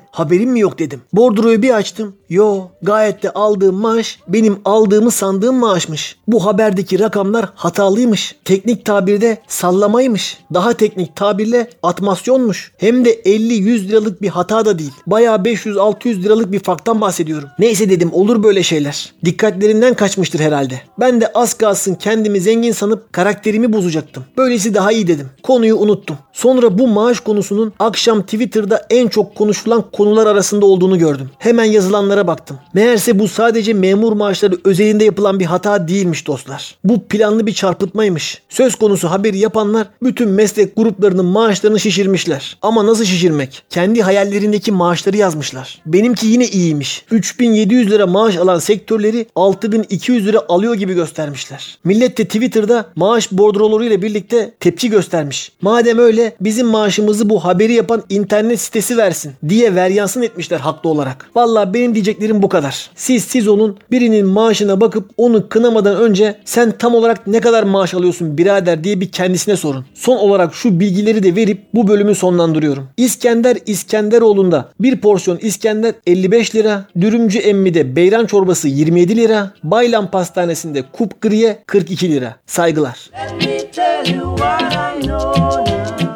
haberim mi yok dedim. Bordroyu bir açtım. Yo, gayet de aldığım maaş benim aldığımı sandığım maaşmış. Bu haberdeki rakamlar hatalıymış. Teknik tabirde sallamaymış. Daha teknik tabirle atmasyonmuş. Hem de elli yüz liralık bir hata da değil. Bayağı beş yüz altı yüz liralık bir farktan bahsediyorum. Neyse dedim, olur böyle şeyler. Dikkatlerinden kaçmıştır herhalde. Ben de az kalsın kendimi zengin sanıp karakterimi bozacaktım. Böylesi daha iyi dedim. Konuyu unuttum. Sonra bu maaş konusunun akşam Twitter'da en çok konuşulan konular arasında olduğunu gördüm. Hemen yazılanlara baktım. Meğerse bu sadece memur maaşları özelinde yapılan bir hata değilmiş dostlar. Bu planlı bir çarpıtmaymış. Söz konusu haberi yapanlar bütün meslek gruplarının maaşlarını şişirmişler. Ama nasıl şişirmek? Kendi hayallerindeki maaşları yazmışlar. Benimki yine iyiymiş. üç bin yedi yüz lira maaş alan sektörleri altı bin iki yüz lira alıyor gibi göstermişler. Millet de Twitter'da maaş bordrolarıyla birlikte tepki göstermiş. Madem öyle bizim maaşımızı bu haberi yapan internet sitesi versin diye veryansın etmişler haklı olarak. Vallahi benim diyeceklerim bu kadar. Siz siz olun, birinin maaşına bakıp onu kınamadan önce sen tam olarak ne kadar maaş alıyorsun birader diye bir kendisine sorun. Son olarak şu bilgileri de verip bu bölümü sonlandırıyorum. İskender İskenderoğlu'nda bir porsiyon İskender elli beş lira, Dürümcü Emmi'de beyran çorbası yirmi yedi lira, Baylam Pastanesi'nde kupkriye kırk iki lira. Saygılar. Let me tell you what I know now.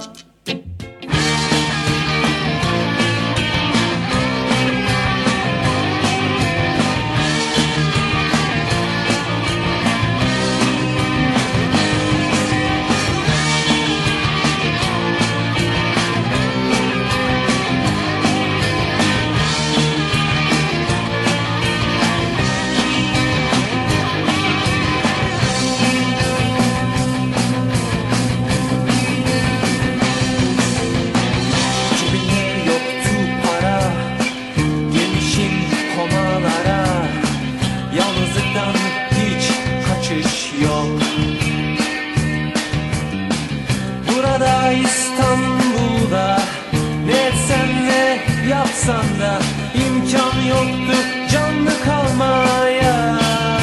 İstanbul'da ne etsen ne yapsan da imkan yoktu canlı kalmaya.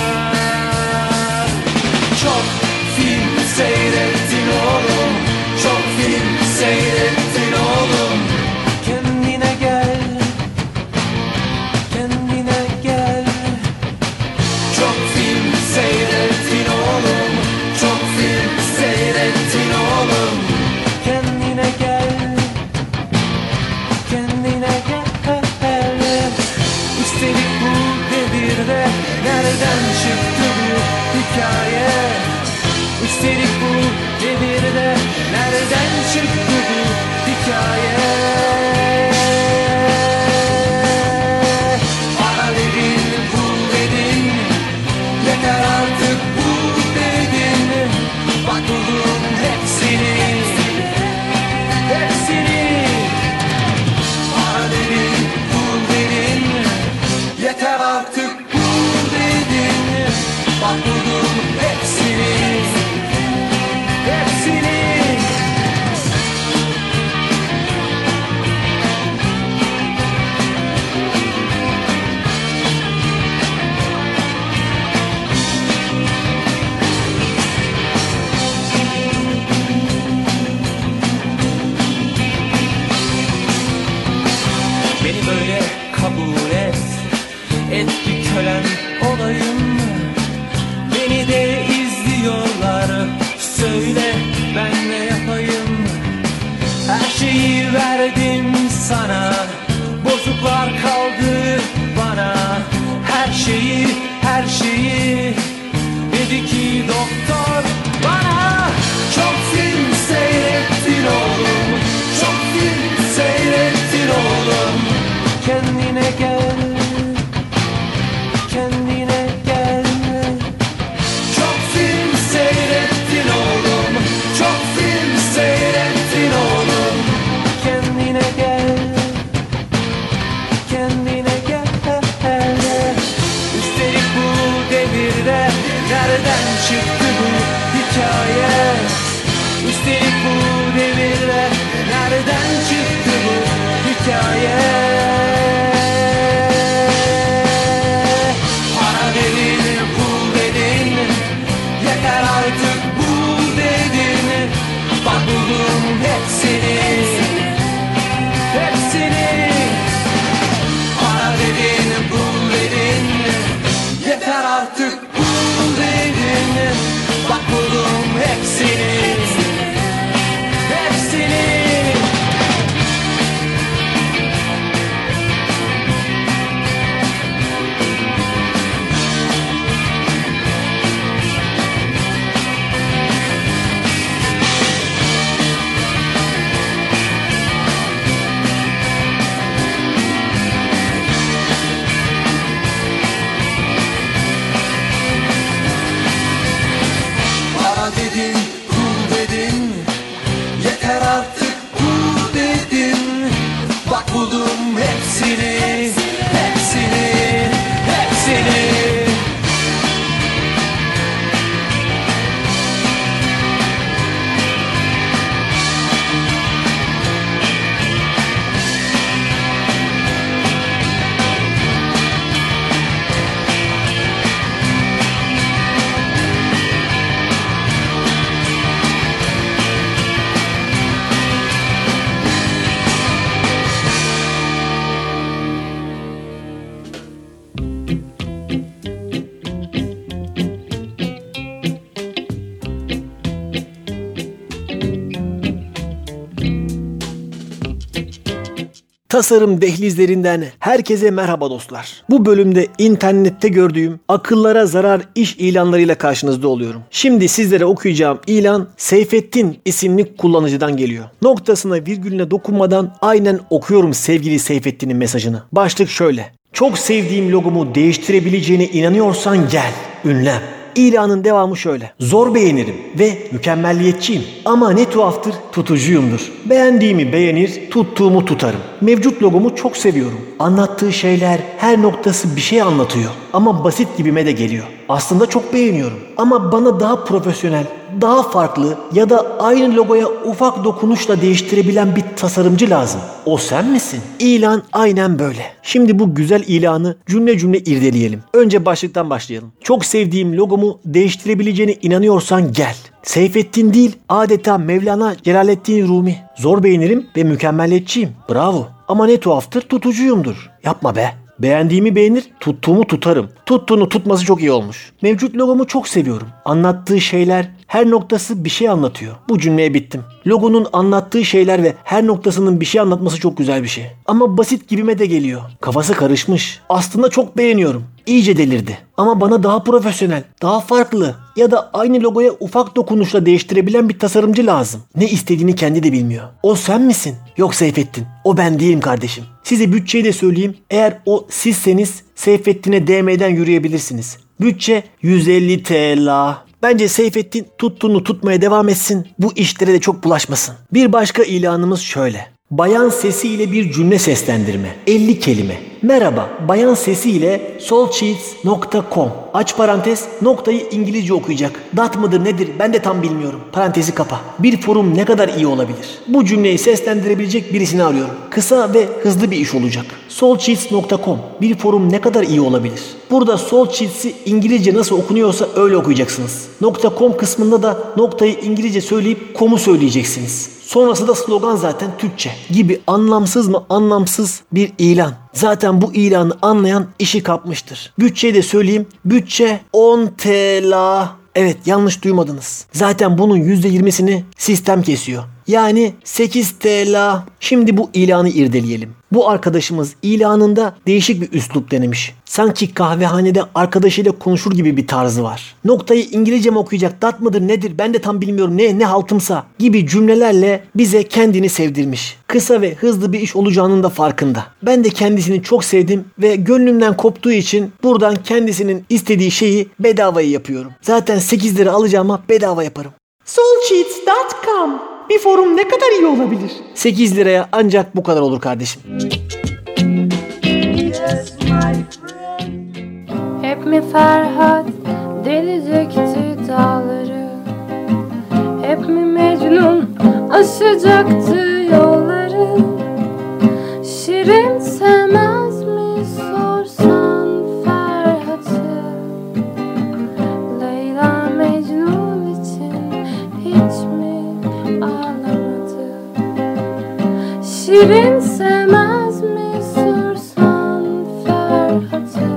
Çok film seyrettin oğlum, çok film seyrettin oğlum. Kendine gel, kendine gel. Çok film seyrettin oğlum, çok film seyrettin oğlum. Kendine gel, kendine gel. Üstelik bu devirde nereden çıktı bu hikaye? Üstelik bu devirde nereden çıktı bu hikaye? Ara dedin, bul dedin, yeter artık bul dedin. Bak buldum hepsini. Hepsini ara dedin, bul dedin, yeter artık bul dedin. Bak buldum hepsini, hepsini. Beni böyle kabul et, et ki kölen olayım. Beni de izliyorlar, söyle ben ne yapayım? Her şeyi verdim sana, bozuklar kaldı bana. Her şeyi, her şeyi dedi ki doktor bana. Çok film seyrettin oğlum, çok film seyrettin oğlum. Kendine gel, kendine gel. Çok film seyrettin oğlum, çok film seyrettin oğlum. Kendine gel, kendine gel. Üstelik bu devirde nereden çıktı bu hikaye? Üstelik bu devirde nereden çıktı bu hikaye? Para dedin, pul dedin, yeter artık bul dedin. Bak buldum hepsini, hepsini. Tasarım dehlizlerinden herkese merhaba dostlar. Bu bölümde internette gördüğüm akıllara zarar iş ilanlarıyla karşınızda oluyorum. Şimdi sizlere okuyacağım ilan Seyfettin isimli kullanıcıdan geliyor. Noktasına virgülüne dokunmadan aynen okuyorum sevgili Seyfettin'in mesajını. Başlık şöyle: çok sevdiğim logomu değiştirebileceğine inanıyorsan gel. Ünlem. İlanın devamı şöyle: zor beğenirim ve mükemmelliyetçiyim ama ne tuhaftır tutucuyumdur. Beğendiğimi beğenir, tuttuğumu tutarım. Mevcut logomu çok seviyorum. Anlattığı şeyler her noktası bir şey anlatıyor ama basit gibime de geliyor. Aslında çok beğeniyorum ama bana daha profesyonel, daha farklı ya da aynı logoya ufak dokunuşla değiştirebilen bir tasarımcı lazım. O sen misin? İlan aynen böyle. Şimdi bu güzel ilanı cümle cümle irdeleyelim. Önce başlıktan başlayalım. Çok sevdiğim logomu değiştirebileceğine inanıyorsan gel. Seyfettin değil, adeta Mevlana Celaleddin Rumi. Zor beğenirim ve mükemmelliyetçiyim. Bravo. Ama ne tuhaftır tutucuyumdur. Yapma be. Beğendiğimi beğenir, tuttuğumu tutarım. Tuttuğunu tutması çok iyi olmuş. Mevcut logomu çok seviyorum. Anlattığı şeyler her noktası bir şey anlatıyor. Bu cümleye bittim. Logonun anlattığı şeyler ve her noktasının bir şey anlatması çok güzel bir şey. Ama basit gibime de geliyor. Kafası karışmış. Aslında çok beğeniyorum. İyice delirdi. Ama bana daha profesyonel, daha farklı ya da aynı logoya ufak dokunuşla değiştirebilen bir tasarımcı lazım. Ne istediğini kendi de bilmiyor. O sen misin? Yok Seyfettin. O ben değilim kardeşim. Size bütçeyi de söyleyeyim. Eğer o sizseniz Seyfettin'e D M'den yürüyebilirsiniz. Bütçe yüz elli TL. Bence Seyfettin tuttuğunu tutmaya devam etsin. Bu işlere de çok bulaşmasın. Bir başka ilanımız şöyle: bayan sesiyle bir cümle seslendirme. elli kelime. Merhaba, bayan sesiyle solcheats nokta com. Aç parantez, noktayı İngilizce okuyacak. Dat mıdır nedir ben de tam bilmiyorum. Parantezi kapa. Bir forum ne kadar iyi olabilir? Bu cümleyi seslendirebilecek birisini arıyorum. Kısa ve hızlı bir iş olacak. solcheats nokta com. Bir forum ne kadar iyi olabilir? Burada solcheats'i İngilizce nasıl okunuyorsa öyle okuyacaksınız. .com kısmında da noktayı İngilizce söyleyip com'u söyleyeceksiniz. Sonrası da slogan zaten Türkçe gibi anlamsız mı anlamsız bir ilan. Zaten bu ilanı anlayan işi kapmıştır. Bütçeyi de söyleyeyim. Bütçe on TL. Evet, yanlış duymadınız. Zaten bunun yüzde yirmisini sistem kesiyor. Yani sekiz TL. Şimdi bu ilanı irdeleyelim. Bu arkadaşımız ilanında değişik bir üslup denemiş. Sanki kahvehanede arkadaşıyla konuşur gibi bir tarzı var. Noktayı İngilizce mi okuyacak, dat mıdır nedir ben de tam bilmiyorum, ne ne haltımsa gibi cümlelerle bize kendini sevdirmiş. Kısa ve hızlı bir iş olacağının da farkında. Ben de kendisini çok sevdim ve gönlümden koptuğu için buradan kendisinin istediği şeyi bedavaya yapıyorum. Zaten sekiz lira alacağıma bedava yaparım. solcheats nokta com. Bir forum ne kadar iyi olabilir? sekiz liraya ancak bu kadar olur kardeşim. Hep mi Ferhat delecekti dağları? Hep mi Mecnun aşacaktı yolları? Şirin sevmez mi sorsan Ferhat'ı? Leyla Mecnun için hiç mi ağlamadı? Şirin sevmez mi sorsan Ferhat'ı?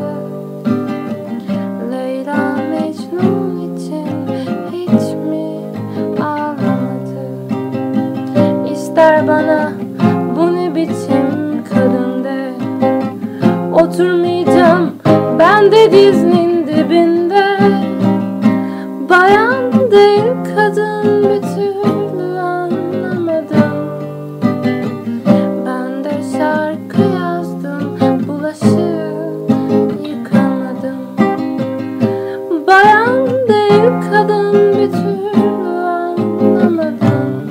Leyla Mecnun için hiç mi ağlamadı? İster bana bu ne biçim kadın de, oturmayacağım ben de dizinin dibinde. Bayan değil kadın bir türlü anlamadım. Ben de şarkı yazdım, bulaşığı yıkamadım. Bayan değil kadın bir türlü anlamadım.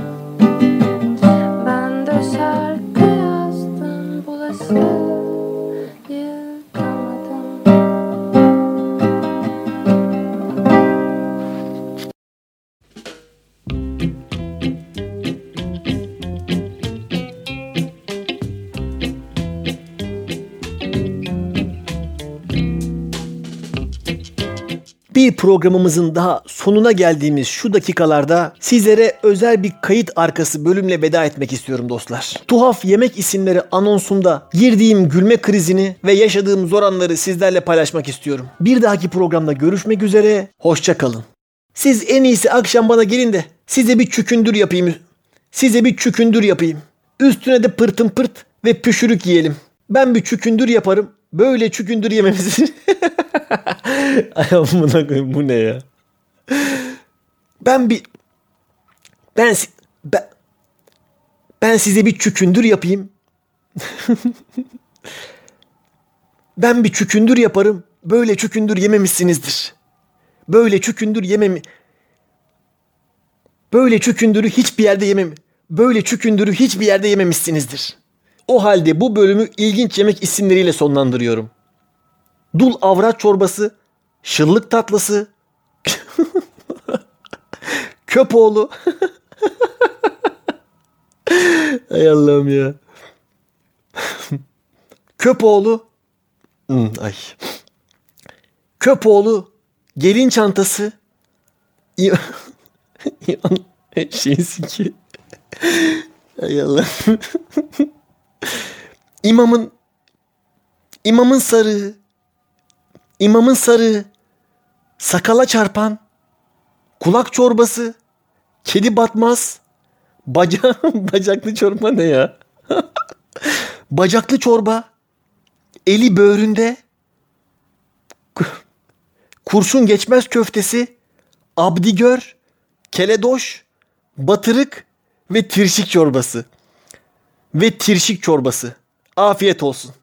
Ben de şarkı yazdım, bulaşığı yıkamadım. Bir programımızın daha sonuna geldiğimiz şu dakikalarda sizlere özel bir kayıt arkası bölümle veda etmek istiyorum dostlar. Tuhaf Yemek İsimleri anonsumda girdiğim gülme krizini ve yaşadığım zor anları sizlerle paylaşmak istiyorum. Bir dahaki programda görüşmek üzere, hoşça kalın. Siz en iyisi akşam bana gelin de size bir çükündür yapayım. Size bir çükündür yapayım. Üstüne de pırtın pırt ve püşürük yiyelim. Ben bir çükündür yaparım. Böyle çükündür yememizi. Ay amına koyayım, bu ne ya? Ben bir ben ben, ben size bir çükündür yapayım. Ben bir çükündür yaparım. Böyle çükündür yememişsinizdir. Böyle çükündür yememi. Böyle çükündürü hiçbir yerde yemem. Böyle çükündürü hiçbir yerde yememişsinizdir. O halde bu bölümü ilginç yemek isimleriyle sonlandırıyorum. Dul avrat çorbası, şıllık tatlısı, köpoğlu. Ay Allah'ım ya. Köpoğlu. Hmm, ay. Köpoğlu, gelin çantası. Şeysin ki. Ay Allah'ım. İmamın İmamın sarığı, imamın sarığı, sakala çarpan, kulak çorbası, kedi batmaz, baca, bacaklı çorba ne ya? Bacaklı çorba, eli böğründe, kurşun geçmez köftesi, abdigör, keledoş, batırık ve tirşik çorbası. Ve tirşik çorbası. Afiyet olsun.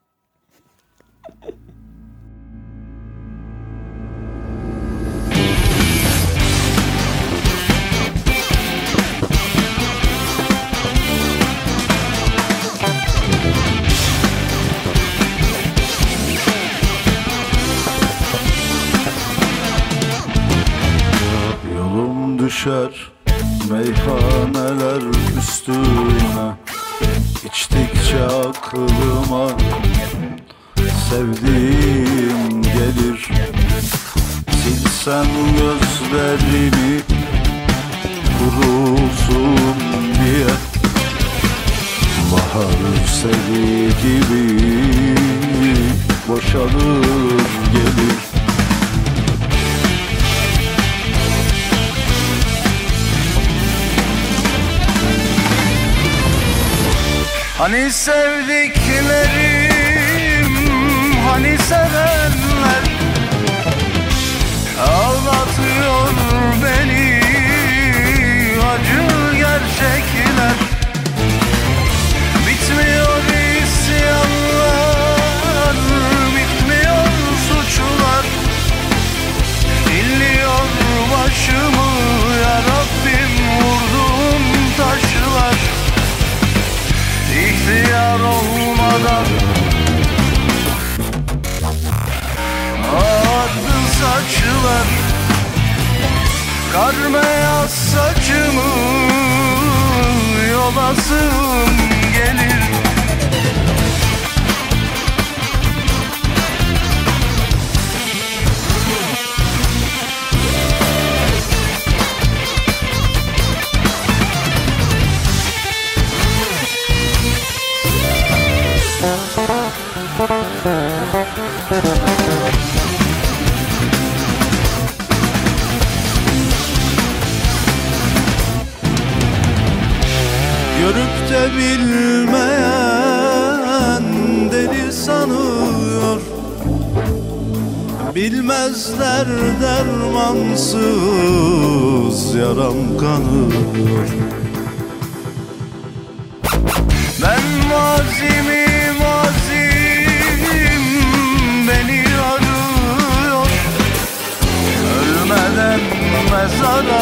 Yolum düşer meyhaneler üstüne, İçtikçe aklıma sevdiğim gelir. Silsem gözlerimi kurusun diye, bahar seli gibi boşalır gelir. Hani sevdiklerim, hani sevenler ağlatıyor beni, acı gerçekler. Bitmiyor isyanlar, bitmiyor suçlar. İnliyor başımı ya Rabbim vurduğum taşlar. İhtiyar olmadan ağardı saçlar, kar beyaz saçımı yolasım gelir. Görüp de bilmeyen deli sanıyor, bilmezler dermansız yaram kanıyor. Ben mazimi mazim beni arıyor, ölmeden mezara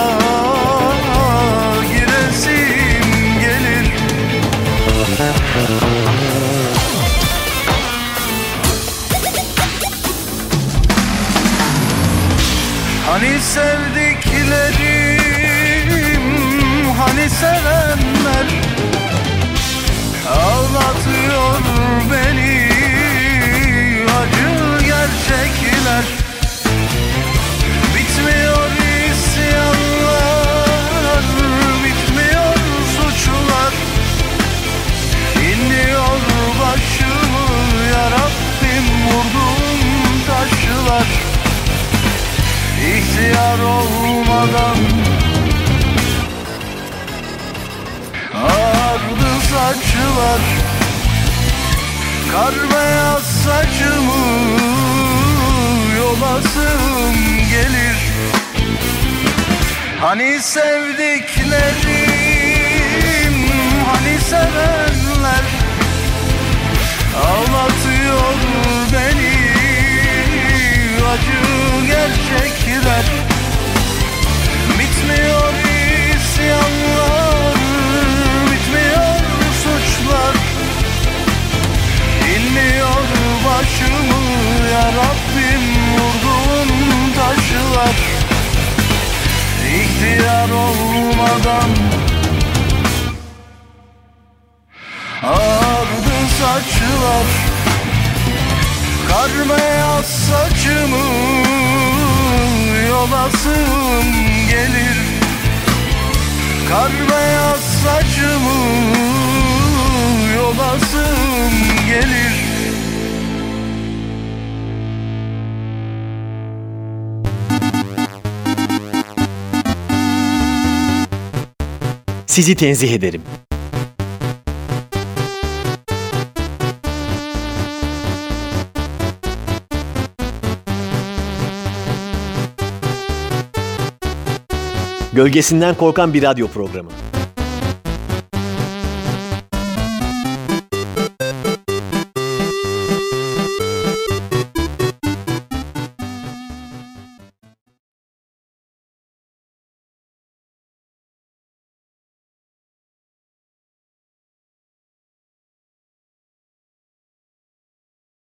giresim gelir. Hani sevdiklerim, hani sevenler ağlatıyor beni, acı gerçekler. Bitmiyor isyanlar, bitmiyor suçlar. İnliyor başımı ya Rabbim vurduğum taşlar. İhtiyar olmadan ağardı saçlar, Kar beyaz saçımı yolasım gelir. Hani sevdiklerim, hani sevenler ağlatıyor beni acı gerçekler. Bitmiyor isyanlar, bitmiyor suçlar. İnmiyor başımı ya Rabbim vurduğum taşlar. İhtiyar olmadan ağardı saçlar. Kar beyaz saçımı yolasım gelir. Kar beyaz saçımı yolasım gelir. Sizi tenzih ederim. Gölgesinden korkan bir radyo programı.